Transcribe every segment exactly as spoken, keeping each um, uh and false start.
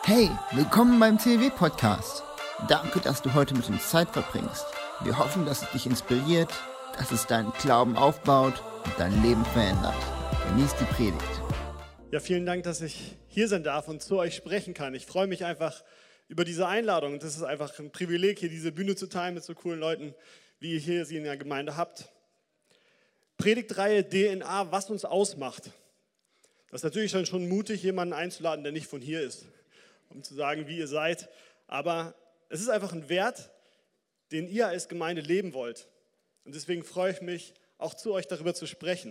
Hey, willkommen beim C W Podcast. Danke, dass du heute mit uns Zeit verbringst. Wir hoffen, dass es dich inspiriert, dass es deinen Glauben aufbaut und dein Leben verändert. Genieß die Predigt. Ja, vielen Dank, dass ich hier sein darf und zu euch sprechen kann. Ich freue mich einfach über diese Einladung. Das ist einfach ein Privileg, hier diese Bühne zu teilen mit so coolen Leuten, wie ihr hier sie in der Gemeinde habt. Predigtreihe D N A, was uns ausmacht. Das ist natürlich schon, schon mutig, jemanden einzuladen, der nicht von hier ist, um zu sagen, wie ihr seid. Aber es ist einfach ein Wert, den ihr als Gemeinde leben wollt. Und deswegen freue ich mich, auch zu euch darüber zu sprechen.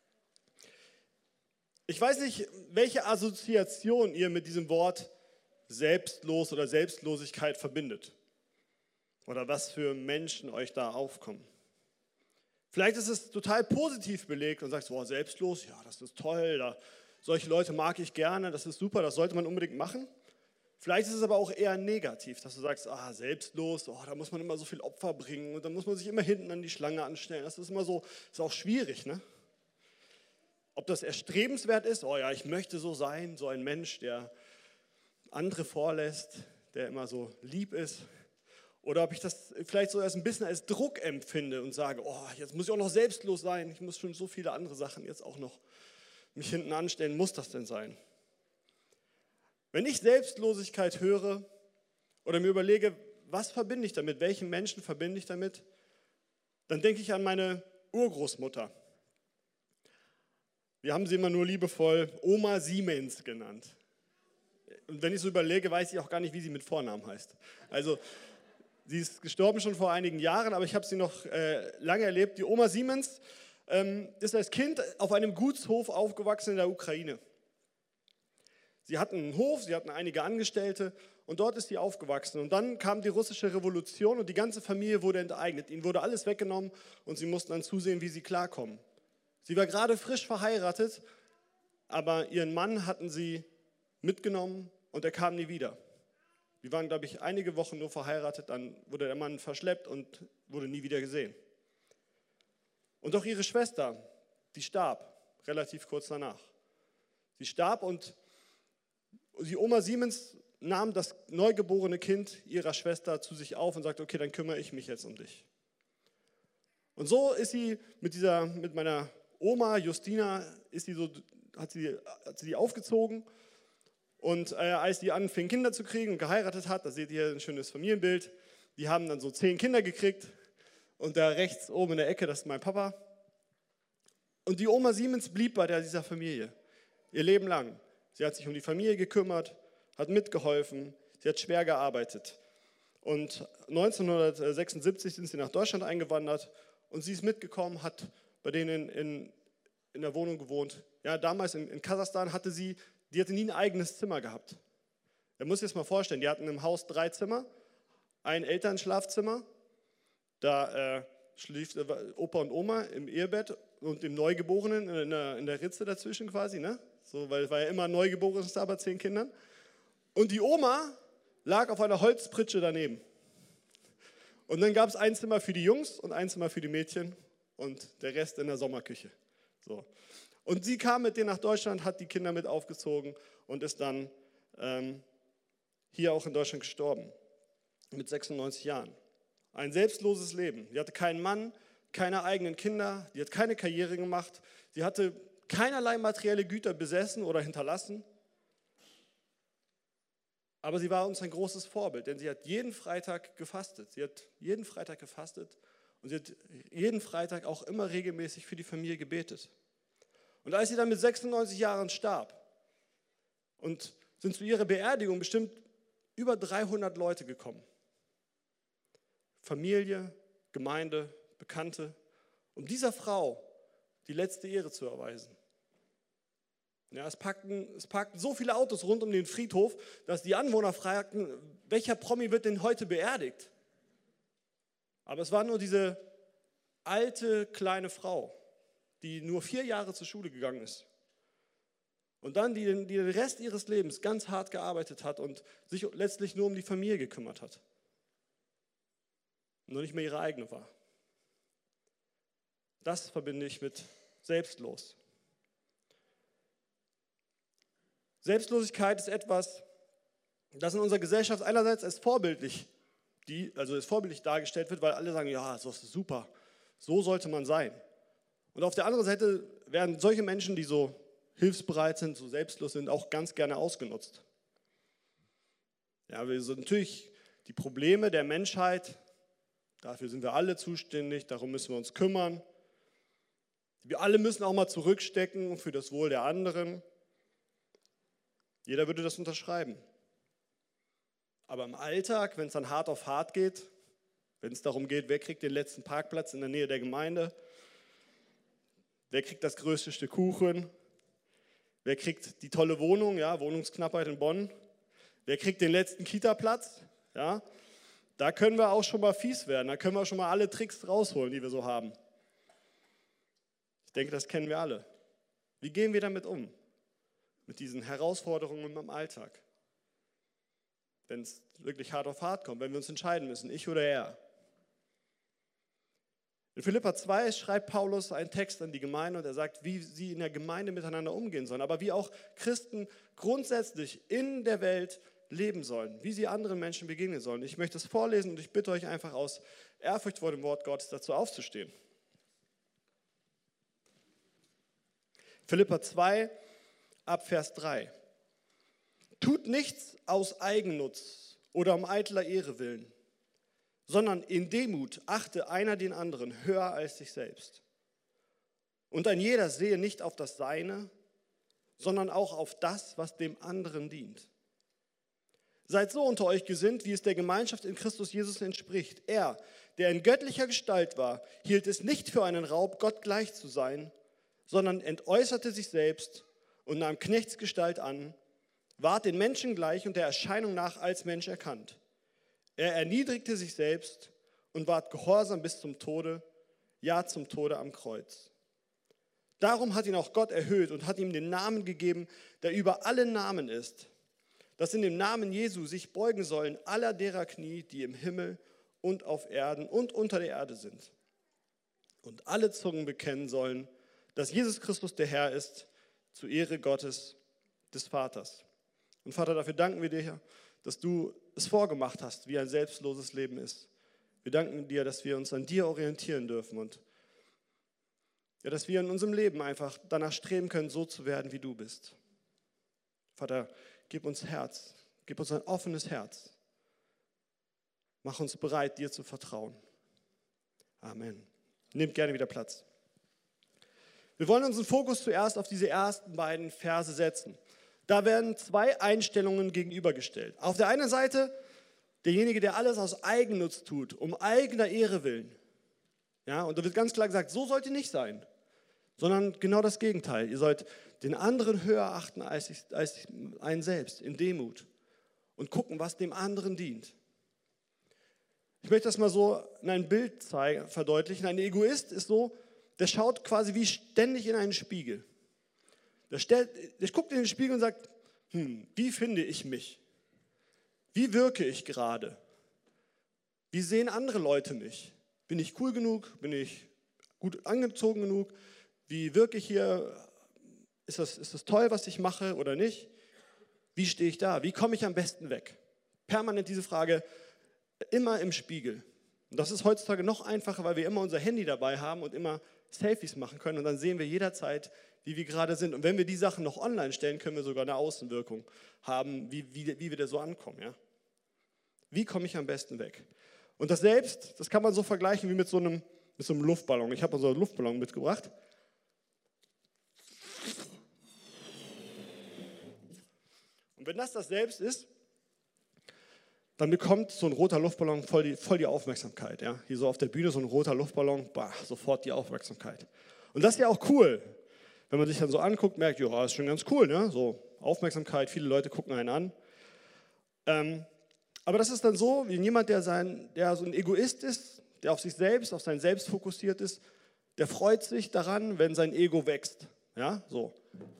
Ich weiß nicht, welche Assoziation ihr mit diesem Wort selbstlos oder Selbstlosigkeit verbindet. Oder was für Menschen euch da aufkommen. Vielleicht ist es total positiv belegt und sagst, boah, selbstlos, ja, das ist toll, da, solche Leute mag ich gerne, das ist super, das sollte man unbedingt machen. Vielleicht ist es aber auch eher negativ, dass du sagst, ah, selbstlos, oh, da muss man immer so viel Opfer bringen und dann muss man sich immer hinten an die Schlange anstellen. Das ist immer so, ist auch schwierig, ne? Ob das erstrebenswert ist, oh ja, ich möchte so sein, so ein Mensch, der andere vorlässt, der immer so lieb ist. Oder ob ich das vielleicht so erst ein bisschen als Druck empfinde und sage, oh, jetzt muss ich auch noch selbstlos sein, ich muss schon so viele andere Sachen jetzt auch noch mich hinten anstellen, muss das denn sein? Wenn ich Selbstlosigkeit höre oder mir überlege, was verbinde ich damit, welchen Menschen verbinde ich damit, dann denke ich an meine Urgroßmutter. Wir haben sie immer nur liebevoll Oma Siemens genannt. Und wenn ich so überlege, weiß ich auch gar nicht, wie sie mit Vornamen heißt. Also sie ist gestorben schon vor einigen Jahren, aber ich habe sie noch äh, lange erlebt. Die Oma Siemens ähm, ist als Kind auf einem Gutshof aufgewachsen in der Ukraine. Sie hatten einen Hof, sie hatten einige Angestellte und dort ist sie aufgewachsen. Und dann kam die russische Revolution und die ganze Familie wurde enteignet. Ihnen wurde alles weggenommen und sie mussten dann zusehen, wie sie klarkommen. Sie war gerade frisch verheiratet, aber ihren Mann hatten sie mitgenommen und er kam nie wieder. Wir waren, glaube ich, einige Wochen nur verheiratet, dann wurde der Mann verschleppt und wurde nie wieder gesehen. Und auch ihre Schwester, die starb relativ kurz danach. Sie starb und die Oma Siemens nahm das neugeborene Kind ihrer Schwester zu sich auf und sagte, okay, dann kümmere ich mich jetzt um dich. Und so ist sie mit, dieser, mit meiner Oma Justina, ist sie so, hat, sie, hat sie die aufgezogen. Und äh, als die anfing, Kinder zu kriegen und geheiratet hat, da seht ihr ein schönes Familienbild, die haben dann so zehn Kinder gekriegt und da rechts oben in der Ecke, das ist mein Papa. Und die Oma Siemens blieb bei der, dieser Familie, ihr Leben lang. Sie hat sich um die Familie gekümmert, hat mitgeholfen, sie hat schwer gearbeitet. Und neunzehnhundertsechsundsiebzig sind sie nach Deutschland eingewandert und sie ist mitgekommen, hat bei denen in, in, in der Wohnung gewohnt. Ja, damals in, in Kasachstan hatte sie Die hatte nie ein eigenes Zimmer gehabt. Da muss ich jetzt mal vorstellen, die hatten im Haus drei Zimmer, ein Elternschlafzimmer, da äh, schlief Opa und Oma im Ehebett und dem Neugeborenen in der, in der Ritze dazwischen quasi, ne? So, weil es war ja immer ein Neugeborenes da bei zehn Kindern. Und die Oma lag auf einer Holzpritsche daneben. Und dann gab es ein Zimmer für die Jungs und ein Zimmer für die Mädchen und der Rest in der Sommerküche. So. Und sie kam mit denen nach Deutschland, hat die Kinder mit aufgezogen und ist dann ähm, hier auch in Deutschland gestorben, mit sechsundneunzig Jahren. Ein selbstloses Leben. Sie hatte keinen Mann, keine eigenen Kinder, sie hat keine Karriere gemacht, sie hatte keinerlei materielle Güter besessen oder hinterlassen. Aber sie war uns ein großes Vorbild, denn sie hat jeden Freitag gefastet. Sie hat jeden Freitag gefastet und sie hat jeden Freitag auch immer regelmäßig für die Familie gebetet. Und als sie dann mit sechsundneunzig Jahren starb und sind zu ihrer Beerdigung bestimmt über dreihundert Leute gekommen. Familie, Gemeinde, Bekannte, um dieser Frau die letzte Ehre zu erweisen. Ja, es, packten, es parkten so viele Autos rund um den Friedhof, dass die Anwohner fragten, welcher Promi wird denn heute beerdigt? Aber es war nur diese alte, kleine Frau, die nur vier Jahre zur Schule gegangen ist. Und dann, die den, die den Rest ihres Lebens ganz hart gearbeitet hat und sich letztlich nur um die Familie gekümmert hat. Nur nicht mehr ihre eigene war. Das verbinde ich mit selbstlos. Selbstlosigkeit ist etwas, das in unserer Gesellschaft einerseits als vorbildlich, die, also als vorbildlich dargestellt wird, weil alle sagen, ja, das ist super, so sollte man sein. Und auf der anderen Seite werden solche Menschen, die so hilfsbereit sind, so selbstlos sind, auch ganz gerne ausgenutzt. Ja, wir sind natürlich die Probleme der Menschheit, dafür sind wir alle zuständig, darum müssen wir uns kümmern. Wir alle müssen auch mal zurückstecken für das Wohl der anderen. Jeder würde das unterschreiben. Aber im Alltag, wenn es dann hart auf hart geht, wenn es darum geht, wer kriegt den letzten Parkplatz in der Nähe der Gemeinde, wer kriegt das größte Stück Kuchen, wer kriegt die tolle Wohnung, ja, Wohnungsknappheit in Bonn, wer kriegt den letzten Kita-Platz, ja, da können wir auch schon mal fies werden, da können wir schon mal alle Tricks rausholen, die wir so haben. Ich denke, das kennen wir alle. Wie gehen wir damit um? Mit diesen Herausforderungen im Alltag? Wenn es wirklich hart auf hart kommt, wenn wir uns entscheiden müssen, ich oder er. In Philipper zwei schreibt Paulus einen Text an die Gemeinde und er sagt, wie sie in der Gemeinde miteinander umgehen sollen, aber wie auch Christen grundsätzlich in der Welt leben sollen, wie sie anderen Menschen begegnen sollen. Ich möchte es vorlesen und ich bitte euch einfach aus Ehrfurcht vor dem Wort Gottes dazu aufzustehen. Philipper zwei, ab Vers drei. Tut nichts aus Eigennutz oder um eitler Ehre willen, sondern in Demut achte einer den anderen höher als sich selbst. Und ein jeder sehe nicht auf das Seine, sondern auch auf das, was dem anderen dient. Seid so unter euch gesinnt, wie es der Gemeinschaft in Christus Jesus entspricht. Er, der in göttlicher Gestalt war, hielt es nicht für einen Raub, Gott gleich zu sein, sondern entäußerte sich selbst und nahm Knechtsgestalt an, ward den Menschen gleich und der Erscheinung nach als Mensch erkannt. Er erniedrigte sich selbst und ward gehorsam bis zum Tode, ja zum Tode am Kreuz. Darum hat ihn auch Gott erhöht und hat ihm den Namen gegeben, der über alle Namen ist, dass in dem Namen Jesu sich beugen sollen aller derer Knie, die im Himmel und auf Erden und unter der Erde sind. Und alle Zungen bekennen sollen, dass Jesus Christus der Herr ist, zur Ehre Gottes, des Vaters. Und Vater, dafür danken wir dir, dass du es vorgemacht hast, wie ein selbstloses Leben ist. Wir danken dir, dass wir uns an dir orientieren dürfen und ja, dass wir in unserem Leben einfach danach streben können, so zu werden, wie du bist. Vater, gib uns Herz, gib uns ein offenes Herz. Mach uns bereit, dir zu vertrauen. Amen. Nehmt gerne wieder Platz. Wir wollen unseren Fokus zuerst auf diese ersten beiden Verse setzen. Da werden zwei Einstellungen gegenübergestellt. Auf der einen Seite derjenige, der alles aus Eigennutz tut, um eigener Ehre willen. Ja, und da wird ganz klar gesagt, so sollt ihr nicht sein, sondern genau das Gegenteil. Ihr sollt den anderen höher achten als, ich, als einen selbst, in Demut und gucken, was dem anderen dient. Ich möchte das mal so in ein Bild zeigen, verdeutlichen. Ein Egoist ist so, der schaut quasi wie ständig in einen Spiegel. Der, stellt, der guckt in den Spiegel und sagt, hm, wie finde ich mich? Wie wirke ich gerade? Wie sehen andere Leute mich? Bin ich cool genug? Bin ich gut angezogen genug? Wie wirke ich hier? Ist das, ist das toll, was ich mache oder nicht? Wie stehe ich da? Wie komme ich am besten weg? Permanent diese Frage, immer im Spiegel. Und das ist heutzutage noch einfacher, weil wir immer unser Handy dabei haben und immer Selfies machen können und dann sehen wir jederzeit, wie wir gerade sind. Und wenn wir die Sachen noch online stellen, können wir sogar eine Außenwirkung haben, wie, wie, wie wir da so ankommen. Ja? Wie komme ich am besten weg? Und das Selbst, das kann man so vergleichen wie mit so einem, mit so einem Luftballon. Ich habe mal so einen Luftballon mitgebracht. Und wenn das das Selbst ist, dann bekommt so ein roter Luftballon voll die, voll die Aufmerksamkeit. Ja? Hier so auf der Bühne so ein roter Luftballon, bah, sofort die Aufmerksamkeit. Und das ist ja auch cool. Wenn man sich dann so anguckt, merkt, ja, ist schon ganz cool, ne? So Aufmerksamkeit, viele Leute gucken einen an. Ähm, aber das ist dann so, wie jemand, der, sein, der so ein Egoist ist, der auf sich selbst, auf sein Selbst fokussiert ist, der freut sich daran, wenn sein Ego wächst. Ja, so.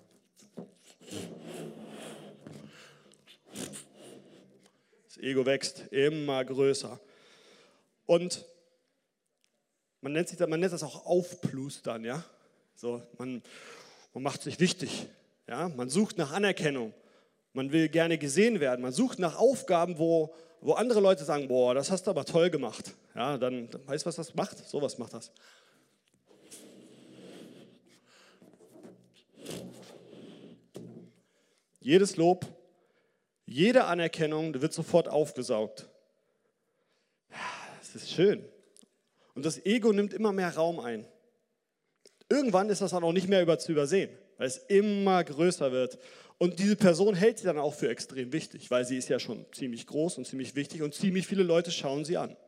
Das Ego wächst immer größer. Und man nennt, sich das, man nennt das auch Aufplustern, ja. So, man, man macht sich wichtig, ja. Man sucht nach Anerkennung. Man will gerne gesehen werden. Man sucht nach Aufgaben, wo, wo andere Leute sagen, boah, das hast du aber toll gemacht. Ja, dann, dann weißt du, was das macht? Sowas macht das. Jedes Lob, jede Anerkennung wird sofort aufgesaugt. Das ist schön. Und das Ego nimmt immer mehr Raum ein. Irgendwann ist das dann auch nicht mehr über zu übersehen, weil es immer größer wird. Und diese Person hält sie dann auch für extrem wichtig, weil sie ist ja schon ziemlich groß und ziemlich wichtig und ziemlich viele Leute schauen sie an.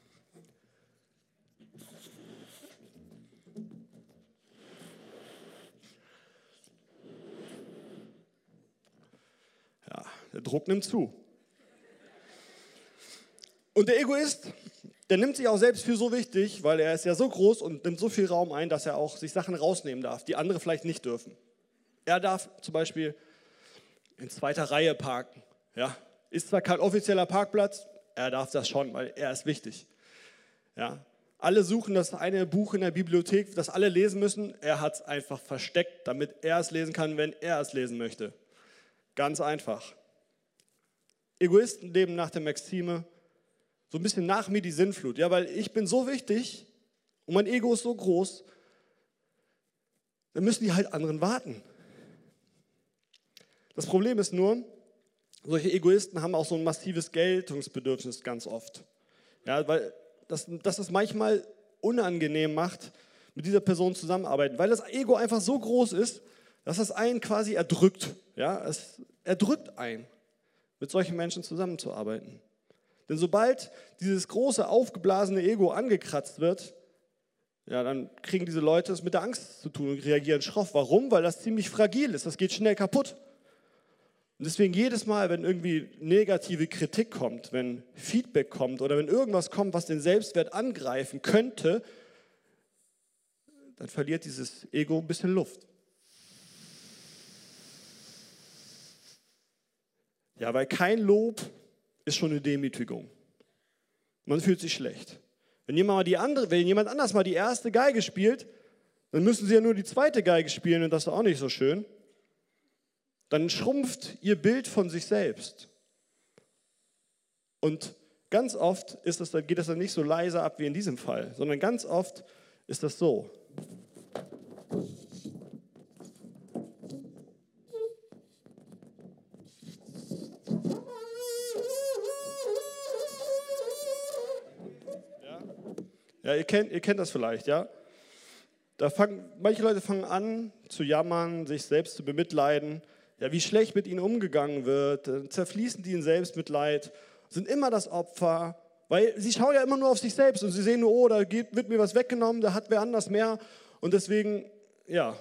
Ja, der Druck nimmt zu. Und der Egoist, der nimmt sich auch selbst für so wichtig, weil er ist ja so groß und nimmt so viel Raum ein, dass er auch sich Sachen rausnehmen darf, die andere vielleicht nicht dürfen. Er darf zum Beispiel in zweiter Reihe parken. Ja, ist zwar kein offizieller Parkplatz, er darf das schon, weil er ist wichtig. Ja, alle suchen das eine Buch in der Bibliothek, das alle lesen müssen. Er hat es einfach versteckt, damit er es lesen kann, wenn er es lesen möchte. Ganz einfach. Egoisten leben nach der Maxime, so ein bisschen nach mir die Sinnflut. Ja, weil ich bin so wichtig und mein Ego ist so groß, dann müssen die halt anderen warten. Das Problem ist nur, solche Egoisten haben auch so ein massives Geltungsbedürfnis ganz oft. Ja, weil das, das es manchmal unangenehm macht, mit dieser Person zusammenzuarbeiten, weil das Ego einfach so groß ist, dass es einen quasi erdrückt. Ja, es erdrückt einen, mit solchen Menschen zusammenzuarbeiten. Denn sobald dieses große, aufgeblasene Ego angekratzt wird, ja, dann kriegen diese Leute es mit der Angst zu tun und reagieren schroff. Warum? Weil das ziemlich fragil ist, das geht schnell kaputt. Und deswegen jedes Mal, wenn irgendwie negative Kritik kommt, wenn Feedback kommt oder wenn irgendwas kommt, was den Selbstwert angreifen könnte, dann verliert dieses Ego ein bisschen Luft. Ja, weil kein Lob ist schon eine Demütigung. Man fühlt sich schlecht. Wenn jemand, mal die andere, wenn jemand anders mal die erste Geige spielt, dann müssen sie ja nur die zweite Geige spielen und das ist auch nicht so schön. Dann schrumpft ihr Bild von sich selbst. Und ganz oft ist das, geht das dann nicht so leise ab wie in diesem Fall, sondern ganz oft ist das so. Ja, ihr kennt, ihr kennt das vielleicht, ja? Da fangen, manche Leute fangen an zu jammern, sich selbst zu bemitleiden, ja, wie schlecht mit ihnen umgegangen wird, dann zerfließen die in Selbstmitleid, sind immer das Opfer, weil sie schauen ja immer nur auf sich selbst und sie sehen nur, oh, da geht, wird mir was weggenommen, da hat wer anders mehr und deswegen, ja.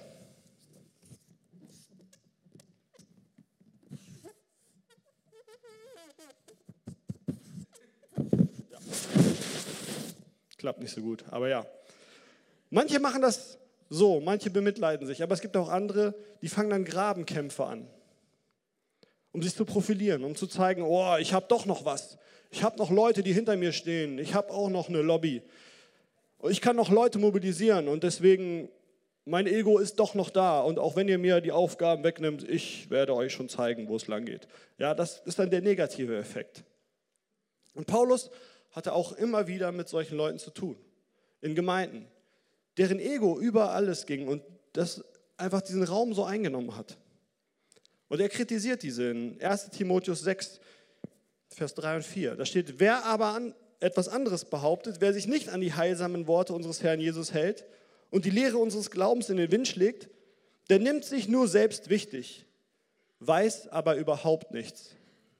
ja. Klappt nicht so gut, aber ja. Manche machen das so, manche bemitleiden sich, aber es gibt auch andere, die fangen dann Grabenkämpfe an, um sich zu profilieren, um zu zeigen, oh, ich habe doch noch was. Ich habe noch Leute, die hinter mir stehen. Ich habe auch noch eine Lobby. Ich kann noch Leute mobilisieren und deswegen, mein Ego ist doch noch da. Und auch wenn ihr mir die Aufgaben wegnimmt, ich werde euch schon zeigen, wo es lang geht. Ja, das ist dann der negative Effekt. Und Paulus hatte auch immer wieder mit solchen Leuten zu tun, in Gemeinden, deren Ego über alles ging und das einfach diesen Raum so eingenommen hat. Und er kritisiert diese in erster Timotheus sechs, Vers drei und vier. Da steht, wer aber an etwas anderes behauptet, wer sich nicht an die heilsamen Worte unseres Herrn Jesus hält und die Lehre unseres Glaubens in den Wind schlägt, der nimmt sich nur selbst wichtig, weiß aber überhaupt nichts.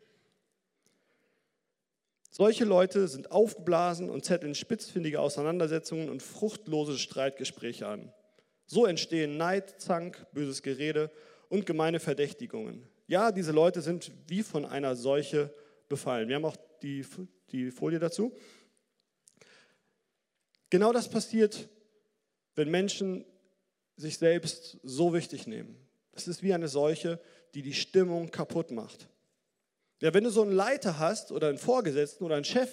Solche Leute sind aufgeblasen und zetteln spitzfindige Auseinandersetzungen und fruchtlose Streitgespräche an. So entstehen Neid, Zank, böses Gerede und gemeine Verdächtigungen. Ja, diese Leute sind wie von einer Seuche befallen. Wir haben auch die, die Folie dazu. Genau das passiert, wenn Menschen sich selbst so wichtig nehmen. Es ist wie eine Seuche, die die Stimmung kaputt macht. Ja, wenn du so einen Leiter hast oder einen Vorgesetzten oder einen Chef,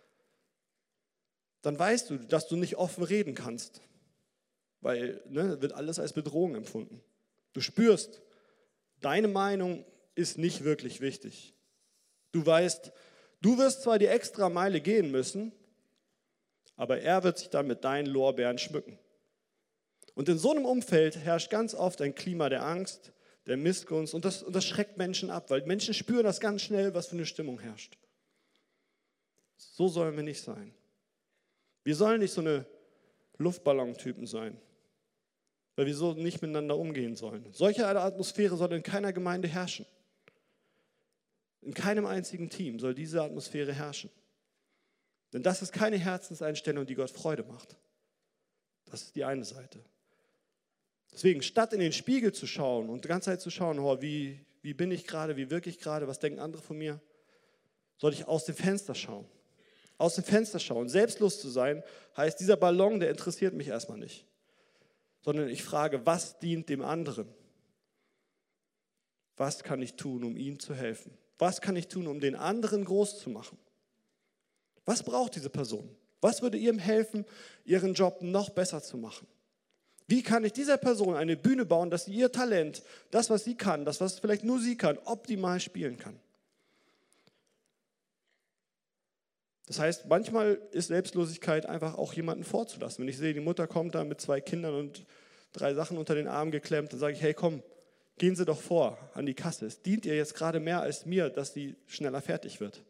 dann weißt du, dass du nicht offen reden kannst, weil ne, wird alles als Bedrohung empfunden. Du spürst, deine Meinung ist nicht wirklich wichtig. Du weißt, du wirst zwar die extra Meile gehen müssen, aber er wird sich dann mit deinen Lorbeeren schmücken. Und in so einem Umfeld herrscht ganz oft ein Klima der Angst, der Missgunst und das, und das schreckt Menschen ab, weil Menschen spüren das ganz schnell, was für eine Stimmung herrscht. So sollen wir nicht sein. Wir sollen nicht so eine Luftballon-Typen sein, weil wir so nicht miteinander umgehen sollen. Solche eine Atmosphäre soll in keiner Gemeinde herrschen. In keinem einzigen Team soll diese Atmosphäre herrschen. Denn das ist keine Herzenseinstellung, die Gott Freude macht. Das ist die eine Seite. Deswegen, statt in den Spiegel zu schauen und die ganze Zeit zu schauen, oh, wie, wie bin ich gerade, wie wirke ich gerade, was denken andere von mir, soll ich aus dem Fenster schauen. Aus dem Fenster schauen. Selbstlos zu sein, heißt, dieser Ballon, der interessiert mich erstmal nicht. Sondern ich frage, was dient dem anderen? Was kann ich tun, um ihm zu helfen? Was kann ich tun, um den anderen groß zu machen? Was braucht diese Person? Was würde ihm helfen, ihren Job noch besser zu machen? Wie kann ich dieser Person eine Bühne bauen, dass sie ihr Talent, das, was sie kann, das, was vielleicht nur sie kann, optimal spielen kann? Das heißt, manchmal ist Selbstlosigkeit einfach auch jemanden vorzulassen. Wenn ich sehe, die Mutter kommt da mit zwei Kindern und drei Sachen unter den Arm geklemmt, dann sage ich, hey komm, gehen Sie doch vor an die Kasse. Es dient ihr jetzt gerade mehr als mir, dass sie schneller fertig wird.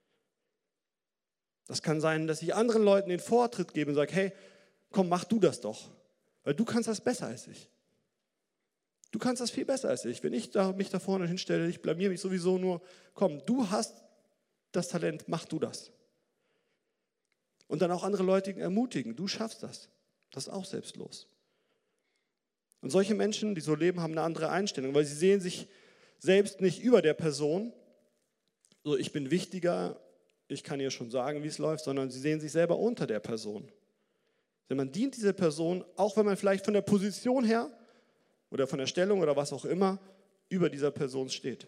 Das kann sein, dass ich anderen Leuten den Vortritt gebe und sage, hey, komm, mach du das doch. Weil du kannst das besser als ich. Du kannst das viel besser als ich. Wenn ich da, mich da vorne hinstelle, ich blamier mich sowieso nur, komm, du hast das Talent, mach du das. Und dann auch andere Leute ermutigen, du schaffst das. Das ist auch selbstlos. Und solche Menschen, die so leben, haben eine andere Einstellung, weil sie sehen sich selbst nicht über der Person, so ich bin wichtiger, ich kann ihr schon sagen, wie es läuft, sondern sie sehen sich selber unter der Person. Denn man dient dieser Person, auch wenn man vielleicht von der Position her oder von der Stellung oder was auch immer über dieser Person steht.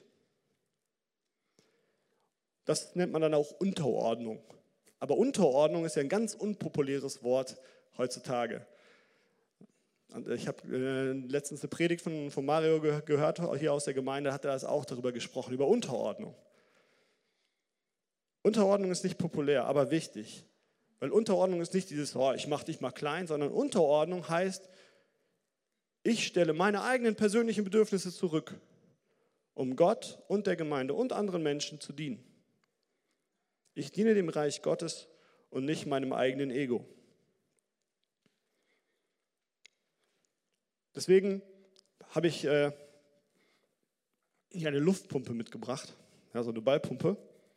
Das nennt man dann auch Unterordnung. Aber Unterordnung ist ja ein ganz unpopuläres Wort heutzutage. Und ich habe äh, letztens eine Predigt von, von Mario ge- gehört, hier aus der Gemeinde, hat er das auch darüber gesprochen, über Unterordnung. Unterordnung ist nicht populär, aber wichtig. Weil Unterordnung ist nicht dieses, oh, ich mache dich mal klein, sondern Unterordnung heißt, ich stelle meine eigenen persönlichen Bedürfnisse zurück, um Gott und der Gemeinde und anderen Menschen zu dienen. Ich diene dem Reich Gottes und nicht meinem eigenen Ego. Deswegen habe ich äh, hier eine Luftpumpe mitgebracht, ja, so eine Ballpumpe.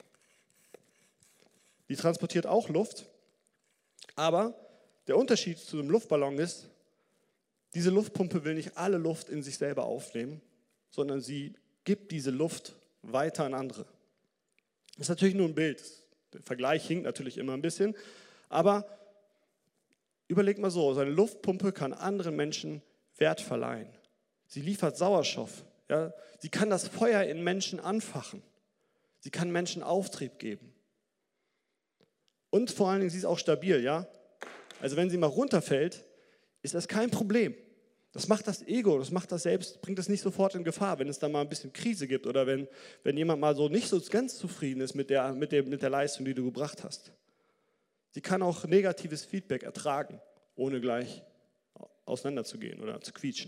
Die transportiert auch Luft, aber der Unterschied zu einem Luftballon ist, diese Luftpumpe will nicht alle Luft in sich selber aufnehmen, sondern sie gibt diese Luft weiter an andere. Das ist natürlich nur ein Bild. Der Vergleich hinkt natürlich immer ein bisschen, aber überleg mal so, so eine Luftpumpe kann anderen Menschen Wert verleihen. Sie liefert Sauerstoff. Ja? Sie kann das Feuer in Menschen anfachen. Sie kann Menschen Auftrieb geben. Und vor allen Dingen, sie ist auch stabil. Ja? Also wenn sie mal runterfällt, ist das kein Problem. Das macht das Ego, das macht das Selbst, bringt das nicht sofort in Gefahr, wenn es da mal ein bisschen Krise gibt oder wenn, wenn jemand mal so nicht so ganz zufrieden ist mit der, mit, der, mit der Leistung, die du gebracht hast. Sie kann auch negatives Feedback ertragen, ohne gleich auseinanderzugehen oder zu quietschen.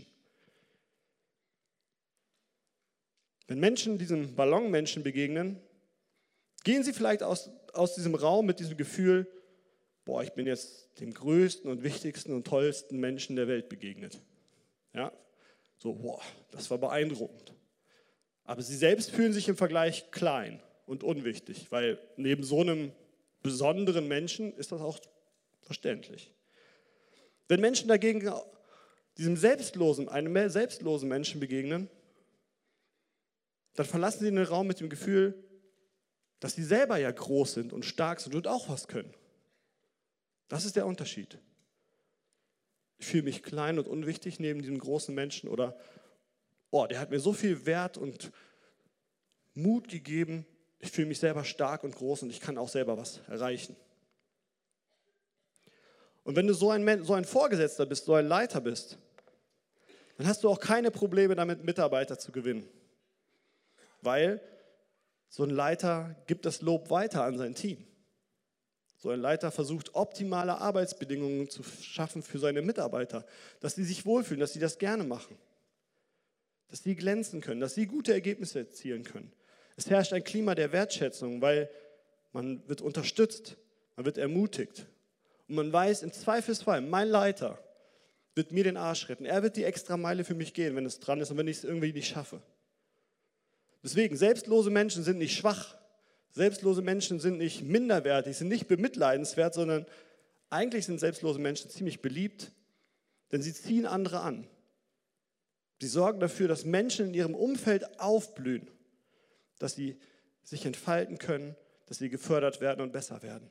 Wenn Menschen diesem Ballonmenschen begegnen, gehen sie vielleicht aus, aus diesem Raum mit diesem Gefühl, boah, ich bin jetzt dem größten und wichtigsten und tollsten Menschen der Welt begegnet. Ja, so, boah, das war beeindruckend. Aber sie selbst fühlen sich im Vergleich klein und unwichtig, weil neben so einem besonderen Menschen ist das auch verständlich. Wenn Menschen dagegen diesem selbstlosen, einem selbstlosen Menschen begegnen, dann verlassen sie den Raum mit dem Gefühl, dass sie selber ja groß sind und stark sind und auch was können. Das ist der Unterschied. Ich fühle mich klein und unwichtig neben diesem großen Menschen oder, oh, der hat mir so viel Wert und Mut gegeben, ich fühle mich selber stark und groß und ich kann auch selber was erreichen. Und wenn du so ein, so ein Vorgesetzter bist, so ein Leiter bist, dann hast du auch keine Probleme damit, Mitarbeiter zu gewinnen. weil so ein Leiter gibt das Lob weiter an sein Team. So ein Leiter versucht, optimale Arbeitsbedingungen zu schaffen für seine Mitarbeiter, dass sie sich wohlfühlen, dass sie das gerne machen, dass sie glänzen können, dass sie gute Ergebnisse erzielen können. Es herrscht ein Klima der Wertschätzung, weil man wird unterstützt, man wird ermutigt. Und man weiß im Zweifelsfall, mein Leiter wird mir den Arsch retten. Er wird die extra Meile für mich gehen, wenn es dran ist und wenn ich es irgendwie nicht schaffe. Deswegen, selbstlose Menschen sind nicht schwach. Selbstlose Menschen sind nicht minderwertig, sind nicht bemitleidenswert, sondern eigentlich sind selbstlose Menschen ziemlich beliebt, denn sie ziehen andere an. Sie sorgen dafür, dass Menschen in ihrem Umfeld aufblühen, dass sie sich entfalten können, dass sie gefördert werden und besser werden.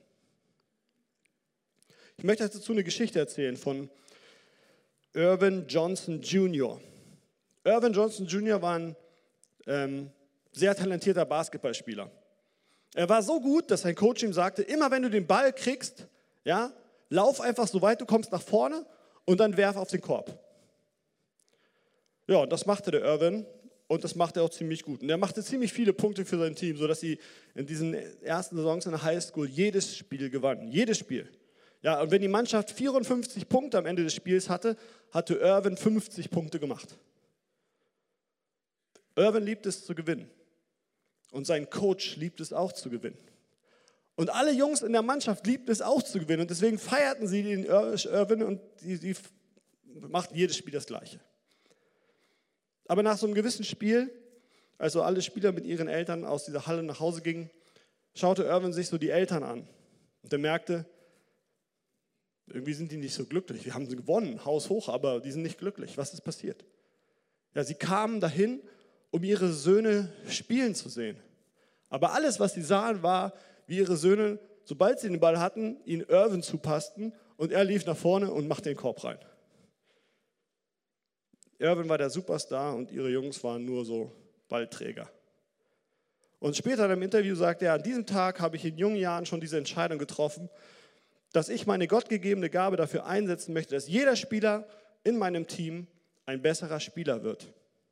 Ich möchte euch dazu eine Geschichte erzählen von Irvin Johnson Junior Irvin Johnson Junior war ein ähm, sehr talentierter Basketballspieler. Er war so gut, dass sein Coach ihm sagte, immer wenn du den Ball kriegst, ja, lauf einfach so weit du kommst nach vorne und dann werf auf den Korb. Ja, und das machte der Irvin und das machte er auch ziemlich gut. Und er machte ziemlich viele Punkte für sein Team, sodass sie in diesen ersten Saisons in der Highschool jedes Spiel gewannen. Jedes Spiel. Ja, und wenn die Mannschaft vierundfünfzig Punkte am Ende des Spiels hatte, hatte Irvin fünfzig Punkte gemacht. Irvin liebt es zu gewinnen. Und sein Coach liebt es auch zu gewinnen. Und alle Jungs in der Mannschaft liebten es auch zu gewinnen. Und deswegen feierten sie den Irvin und die, die machten jedes Spiel das Gleiche. Aber nach so einem gewissen Spiel, als so alle Spieler mit ihren Eltern aus dieser Halle nach Hause gingen, schaute Irvin sich so die Eltern an. Und er merkte, irgendwie sind die nicht so glücklich. Wir haben sie gewonnen, Haus hoch, aber die sind nicht glücklich. Was ist passiert? Ja, sie kamen dahin, um ihre Söhne spielen zu sehen. Aber alles, was sie sahen, war, wie ihre Söhne, sobald sie den Ball hatten, ihn Irvin zupassten und er lief nach vorne und machte den Korb rein. Irvin war der Superstar und ihre Jungs waren nur so Ballträger. Und später in einem Interview sagte er, an diesem Tag habe ich in jungen Jahren schon diese Entscheidung getroffen, dass ich meine gottgegebene Gabe dafür einsetzen möchte, dass jeder Spieler in meinem Team ein besserer Spieler wird.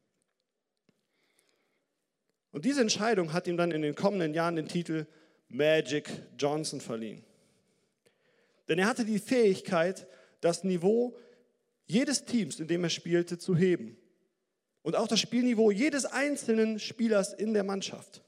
Und diese Entscheidung hat ihm dann in den kommenden Jahren den Titel Magic Johnson verliehen. Denn er hatte die Fähigkeit, das Niveau jedes Teams, in dem er spielte, zu heben. Und auch das Spielniveau jedes einzelnen Spielers in der Mannschaft.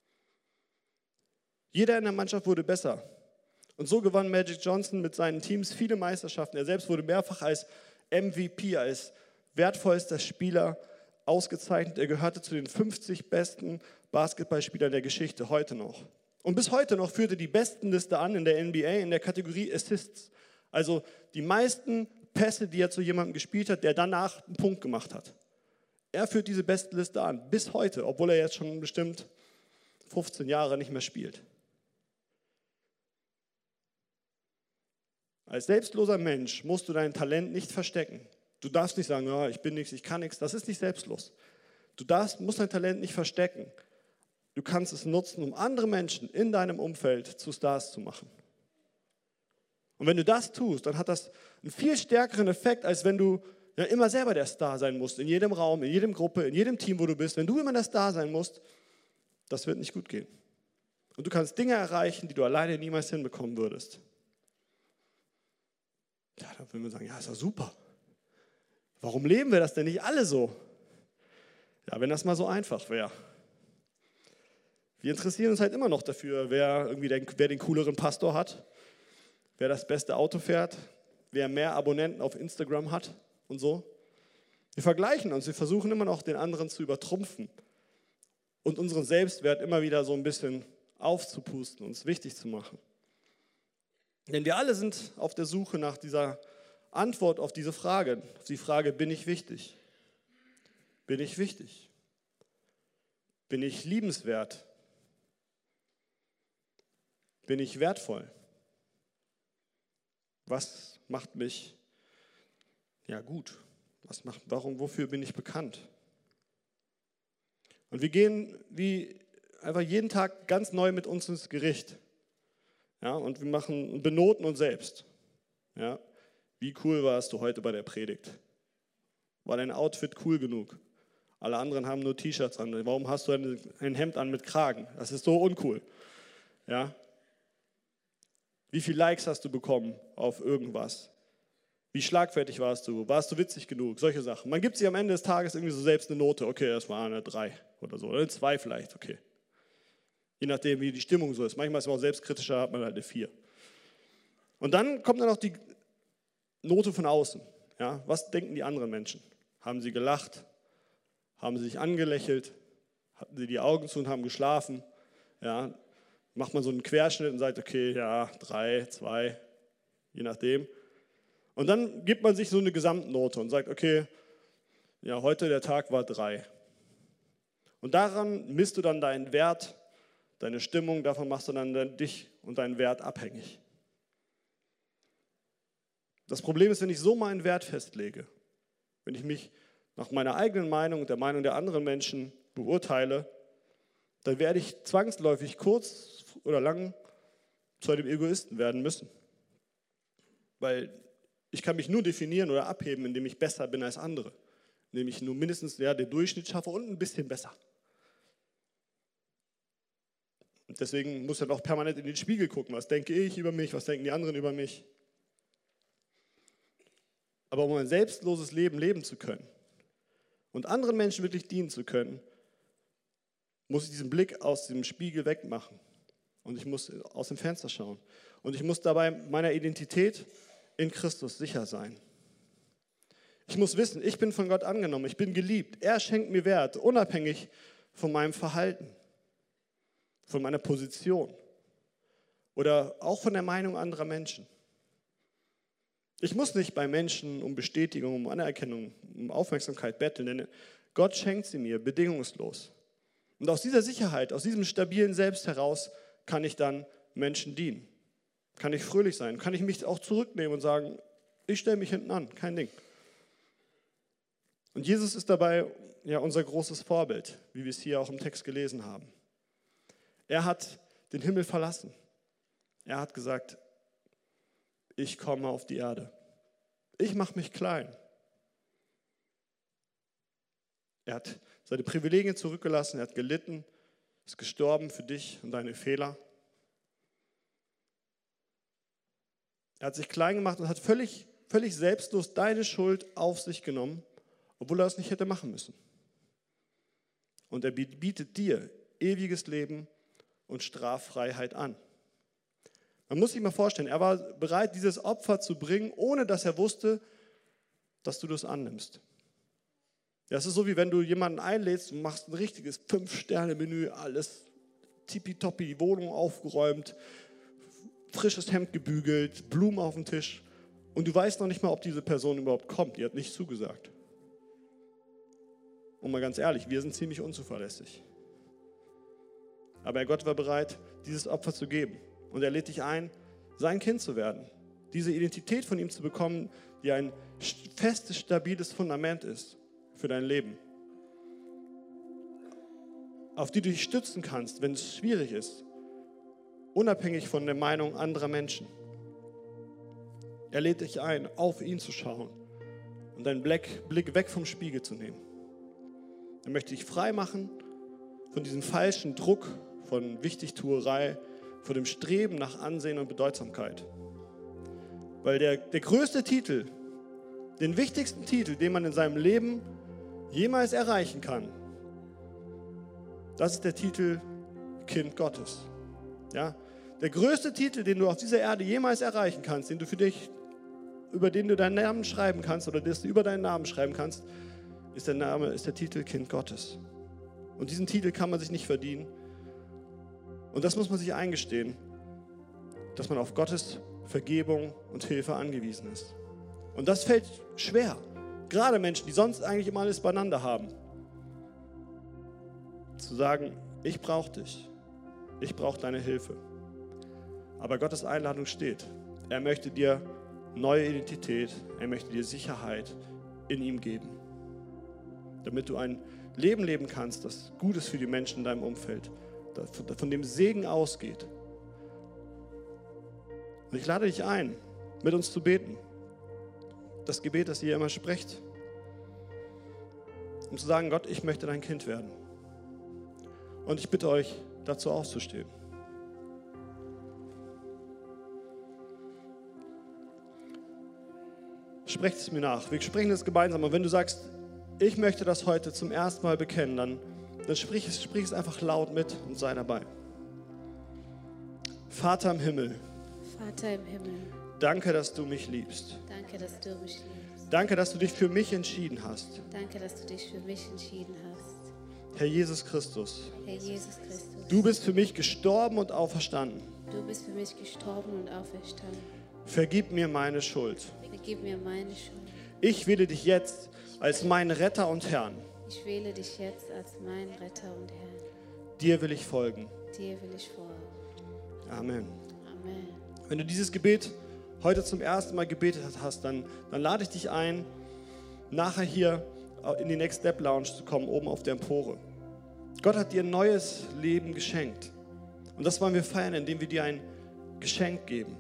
Jeder in der Mannschaft wurde besser. Und so gewann Magic Johnson mit seinen Teams viele Meisterschaften. Er selbst wurde mehrfach als M V P, als wertvollster Spieler ausgezeichnet. Er gehörte zu den fünfzig besten Basketballspielern der Geschichte, heute noch. Und bis heute noch führte die Bestenliste an in der N B A in der Kategorie Assists. Also die meisten Pässe, die er zu jemandem gespielt hat, der danach einen Punkt gemacht hat. Er führt diese Bestenliste an, bis heute, obwohl er jetzt schon bestimmt fünfzehn Jahre nicht mehr spielt. Als selbstloser Mensch musst du dein Talent nicht verstecken. Du darfst nicht sagen, ja, ich bin nichts, ich kann nichts. Das ist nicht selbstlos. Du darfst, musst dein Talent nicht verstecken. Du kannst es nutzen, um andere Menschen in deinem Umfeld zu Stars zu machen. Und wenn du das tust, dann hat das einen viel stärkeren Effekt, als wenn du ja immer selber der Star sein musst. In jedem Raum, in jedem Gruppe, in jedem Team, wo du bist. Wenn du immer der Star sein musst, das wird nicht gut gehen. Und du kannst Dinge erreichen, die du alleine niemals hinbekommen würdest. Ja, dann würden wir sagen, ja, ist doch super. Warum leben wir das denn nicht alle so? Ja, wenn das mal so einfach wäre. Wir interessieren uns halt immer noch dafür, wer, irgendwie den, wer den cooleren Pastor hat, wer das beste Auto fährt, wer mehr Abonnenten auf Instagram hat und so. Wir vergleichen uns, wir versuchen immer noch, den anderen zu übertrumpfen und unseren Selbstwert immer wieder so ein bisschen aufzupusten, uns wichtig zu machen. Denn wir alle sind auf der Suche nach dieser Antwort auf diese Frage, auf die Frage, bin ich wichtig? Bin ich wichtig? Bin ich liebenswert? Bin ich wertvoll? Was macht mich ja gut? Was macht, warum, wofür bin ich bekannt? Und wir gehen wie einfach jeden Tag ganz neu mit uns ins Gericht. Ja, und wir machen, benoten uns selbst. Ja, wie cool warst du heute bei der Predigt? War dein Outfit cool genug? Alle anderen haben nur T-Shirts an. Warum hast du ein, ein Hemd an mit Kragen? Das ist so uncool. Ja? Wie viele Likes hast du bekommen auf irgendwas? Wie schlagfertig warst du? Warst du witzig genug? Solche Sachen. Man gibt sich am Ende des Tages irgendwie so selbst eine Note. Okay, das war eine drei oder so. Oder eine zwei vielleicht, okay. Je nachdem, wie die Stimmung so ist. Manchmal ist man auch selbstkritischer, hat man halt eine vier. Und dann kommt dann noch die Note von außen. Ja? Was denken die anderen Menschen? Haben sie gelacht? Haben sie sich angelächelt? Hatten sie die Augen zu und haben geschlafen? Ja? Macht man so einen Querschnitt und sagt, okay, ja, drei, zwei, je nachdem. Und dann gibt man sich so eine Gesamtnote und sagt, okay, ja, heute der Tag war drei. Und daran misst du dann deinen Wert, deine Stimmung, davon machst du dann dich und deinen Wert abhängig. Das Problem ist, wenn ich so meinen Wert festlege, wenn ich mich nach meiner eigenen Meinung und der Meinung der anderen Menschen beurteile, dann werde ich zwangsläufig kurz oder lang zu einem Egoisten werden müssen. Weil ich kann mich nur definieren oder abheben, indem ich besser bin als andere. Indem ich nur mindestens ja, den Durchschnitt schaffe und ein bisschen besser. Und deswegen muss ich dann auch permanent in den Spiegel gucken. Was denke ich über mich? Was denken die anderen über mich? Aber um ein selbstloses Leben leben zu können und anderen Menschen wirklich dienen zu können, muss ich diesen Blick aus dem Spiegel wegmachen. Und ich muss aus dem Fenster schauen. Und ich muss dabei meiner Identität in Christus sicher sein. Ich muss wissen, ich bin von Gott angenommen, ich bin geliebt. Er schenkt mir Wert, unabhängig von meinem Verhalten, von meiner Position oder auch von der Meinung anderer Menschen. Ich muss nicht bei Menschen um Bestätigung, um Anerkennung, um Aufmerksamkeit betteln, denn Gott schenkt sie mir bedingungslos. Und aus dieser Sicherheit, aus diesem stabilen Selbst heraus kann ich dann Menschen dienen. Kann ich fröhlich sein, kann ich mich auch zurücknehmen und sagen, ich stelle mich hinten an, kein Ding. Und Jesus ist dabei ja unser großes Vorbild, wie wir es hier auch im Text gelesen haben. Er hat den Himmel verlassen. Er hat gesagt, ich komme auf die Erde. Ich mache mich klein. Er hat seine Privilegien zurückgelassen, er hat gelitten, ist gestorben für dich und deine Fehler. Er hat sich klein gemacht und hat völlig, völlig selbstlos deine Schuld auf sich genommen, obwohl er es nicht hätte machen müssen. Und er bietet dir ewiges Leben und Straffreiheit an. Man muss sich mal vorstellen, er war bereit, dieses Opfer zu bringen, ohne dass er wusste, dass du das annimmst. Das ist so, wie wenn du jemanden einlädst und machst ein richtiges Fünf-Sterne-Menü, alles tippitoppi, die Wohnung aufgeräumt, frisches Hemd gebügelt, Blumen auf dem Tisch und du weißt noch nicht mal, ob diese Person überhaupt kommt. Die hat nicht zugesagt. Und mal ganz ehrlich, wir sind ziemlich unzuverlässig. Aber Gott war bereit, dieses Opfer zu geben. Und er lädt dich ein, sein Kind zu werden. Diese Identität von ihm zu bekommen, die ein festes, stabiles Fundament ist für dein Leben. Auf die du dich stützen kannst, wenn es schwierig ist. Unabhängig von der Meinung anderer Menschen. Er lädt dich ein, auf ihn zu schauen und deinen Blick, Blick weg vom Spiegel zu nehmen. Er möchte dich frei machen von diesem falschen Druck, von Wichtigtuerei, von dem Streben nach Ansehen und Bedeutsamkeit. Weil der, der größte Titel, den wichtigsten Titel, den man in seinem Leben jemals erreichen kann, das ist der Titel Kind Gottes. Ja? Der größte Titel, den du auf dieser Erde jemals erreichen kannst, den du für dich, über den du deinen Namen schreiben kannst oder den du über deinen Namen schreiben kannst, ist der Name, ist der Titel Kind Gottes. Und diesen Titel kann man sich nicht verdienen. Und das muss man sich eingestehen, dass man auf Gottes Vergebung und Hilfe angewiesen ist. Und das fällt schwer. Gerade Menschen, die sonst eigentlich immer alles beieinander haben. Zu sagen, ich brauche dich. Ich brauche deine Hilfe. Aber Gottes Einladung steht. Er möchte dir neue Identität, er möchte dir Sicherheit in ihm geben. Damit du ein Leben leben kannst, das gut ist für die Menschen in deinem Umfeld, das von dem Segen ausgeht. Und ich lade dich ein, mit uns zu beten. Das Gebet, das ihr immer sprecht. um zu sagen, Gott, ich möchte dein Kind werden. Und ich bitte euch, dazu aufzustehen. Sprecht es mir nach. Wir sprechen es gemeinsam. Und wenn du sagst, ich möchte das heute zum ersten Mal bekennen, dann, dann sprich, es, sprich es einfach laut mit und sei dabei. Vater im Himmel. Vater im Himmel. Danke, dass du mich liebst. Danke, dass du mich liebst. Danke, dass du dich für mich entschieden hast. Danke, dass du dich für mich entschieden hast. Herr Jesus Christus. Herr Jesus Christus. Du bist für mich gestorben und auferstanden. Du bist für mich gestorben und auferstanden. Vergib mir meine Schuld. Vergib mir meine Schuld. Ich wähle dich jetzt als meinen Retter und Herrn. Ich wähle dich jetzt als meinen Retter und Herrn. Dir will ich folgen. Dir will ich folgen. Amen. Amen. Wenn du dieses Gebet heute zum ersten Mal gebetet hast, dann, dann lade ich dich ein, nachher hier in die Next Step Lounge zu kommen, oben auf der Empore. Gott hat dir ein neues Leben geschenkt. Und das wollen wir feiern, indem wir dir ein Geschenk geben.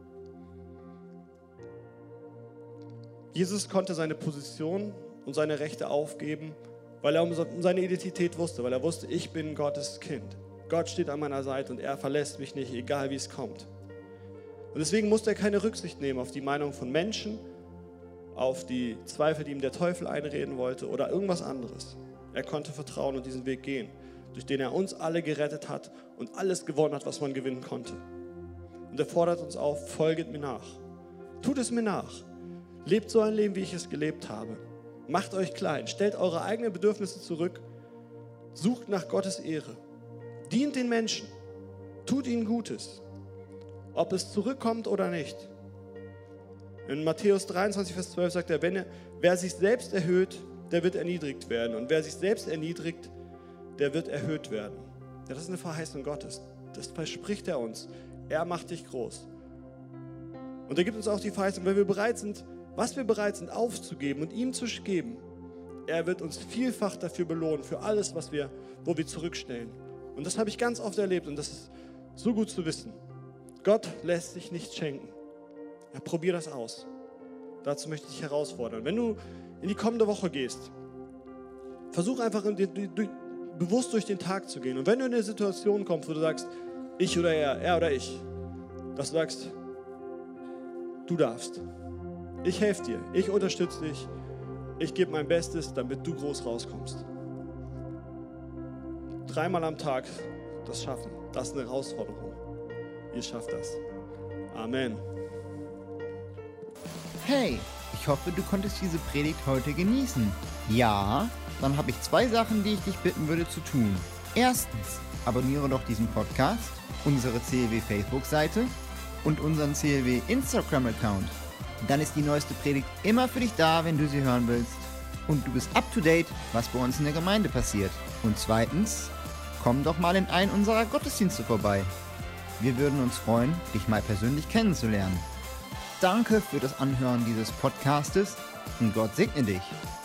Jesus konnte seine Position und seine Rechte aufgeben, weil er um seine Identität wusste, weil er wusste, ich bin Gottes Kind. Gott steht an meiner Seite und er verlässt mich nicht, egal wie es kommt. Und deswegen musste er keine Rücksicht nehmen auf die Meinung von Menschen, auf die Zweifel, die ihm der Teufel einreden wollte oder irgendwas anderes. Er konnte vertrauen und diesen Weg gehen, durch den er uns alle gerettet hat und alles gewonnen hat, was man gewinnen konnte. Und er fordert uns auf, folget mir nach. Tut es mir nach. Lebt so ein Leben, wie ich es gelebt habe. Macht euch klein, stellt eure eigenen Bedürfnisse zurück, sucht nach Gottes Ehre, dient den Menschen, tut ihnen Gutes, ob es zurückkommt oder nicht. In Matthäus dreiundzwanzig, Vers zwölf sagt er, wenn er, wer sich selbst erhöht, der wird erniedrigt werden. Und wer sich selbst erniedrigt, der wird erhöht werden. Ja, das ist eine Verheißung Gottes. Das verspricht er uns. Er macht dich groß. Und er gibt uns auch die Verheißung, wenn wir bereit sind, was wir bereit sind aufzugeben und ihm zu geben, er wird uns vielfach dafür belohnen, für alles, was wir, wo wir zurückstellen. Und das habe ich ganz oft erlebt und das ist so gut zu wissen. Gott lässt sich nichts schenken. Ja, probier das aus. Dazu möchte ich dich herausfordern. Wenn du in die kommende Woche gehst, versuch einfach in die, die, die, bewusst durch den Tag zu gehen. Und wenn du in eine Situation kommst, wo du sagst, ich oder er, er oder ich, dass du sagst, du darfst. Ich helfe dir, ich unterstütze dich, ich gebe mein Bestes, damit du groß rauskommst. Dreimal am Tag das schaffen, das ist eine Herausforderung. Ihr schafft das. Amen. Hey, ich hoffe, du konntest diese Predigt heute genießen. Ja, dann habe ich zwei Sachen, die ich dich bitten würde zu tun. Erstens, abonniere doch diesen Podcast, unsere C L W Facebook-Seite und unseren C L W Instagram-Account. Dann ist die neueste Predigt immer für dich da, wenn du sie hören willst. Und du bist up to date, was bei uns in der Gemeinde passiert. Und zweitens, komm doch mal in einen unserer Gottesdienste vorbei. Wir würden uns freuen, dich mal persönlich kennenzulernen. Danke für das Anhören dieses Podcastes und Gott segne dich.